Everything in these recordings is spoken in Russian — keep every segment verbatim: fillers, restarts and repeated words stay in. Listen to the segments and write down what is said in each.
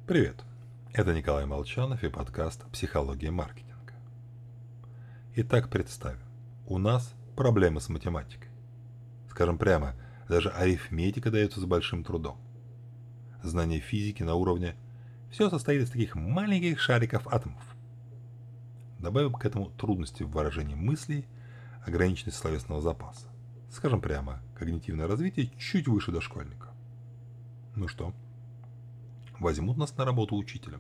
Привет! Это Николай Молчанов и подкаст «Психология маркетинга». Итак, представим, у нас проблемы с математикой. Скажем прямо, даже арифметика дается с большим трудом. Знание физики на уровне «все состоит из таких маленьких шариков атомов». Добавим к этому трудности в выражении мыслей, ограниченность словесного запаса. Скажем прямо, когнитивное развитие чуть выше дошкольника. Ну что, возьмут нас на работу учителем?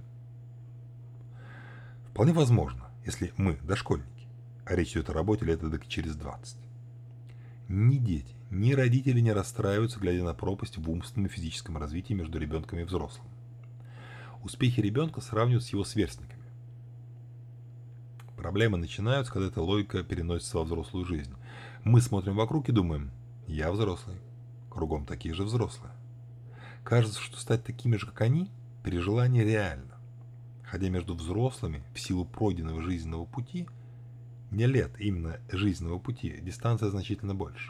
Вполне возможно, если мы дошкольники, а речь идет о работе лет эдак через двадцать. Ни дети, ни родители не расстраиваются, глядя на пропасть в умственном и физическом развитии между ребенком и взрослым. Успехи ребенка сравнивают с его сверстниками. Проблемы начинаются, когда эта логика переносится во взрослую жизнь. Мы смотрим вокруг и думаем: я взрослый, кругом такие же взрослые. Кажется, что стать такими же, как они, при желании реально. Хотя между взрослыми, в силу пройденного жизненного пути, не лет, именно жизненного пути, дистанция значительно больше.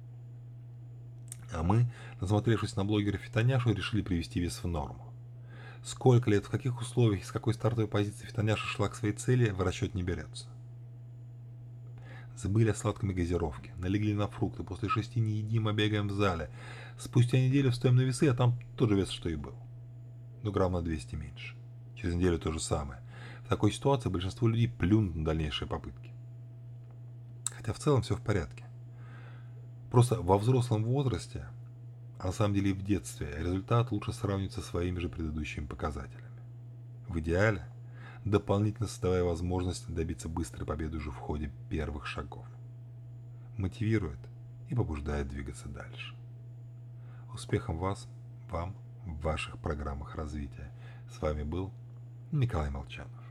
А мы, насмотревшись на блогера Фитоняшу, решили привести вес в норму. Сколько лет, в каких условиях и с какой стартовой позиции Фитоняша шла к своей цели, в расчет не берется. Забыли о сладком и газировке, налегли на фрукты, после шести не едим, а бегаем в зале. Спустя неделю встаем на весы, а там тот же вес, что и был. Ну, грамм на двести меньше. Через неделю то же самое. В такой ситуации большинство людей плюнут на дальнейшие попытки. Хотя в целом все в порядке. Просто во взрослом возрасте, а на самом деле и в детстве, результат лучше сравнивать со своими же предыдущими показателями. В идеале, дополнительно создавая возможность добиться быстрой победы уже в ходе первых шагов. Мотивирует и побуждает двигаться дальше. Успехом вас, вам, в ваших программах развития. С вами был Николай Молчанов.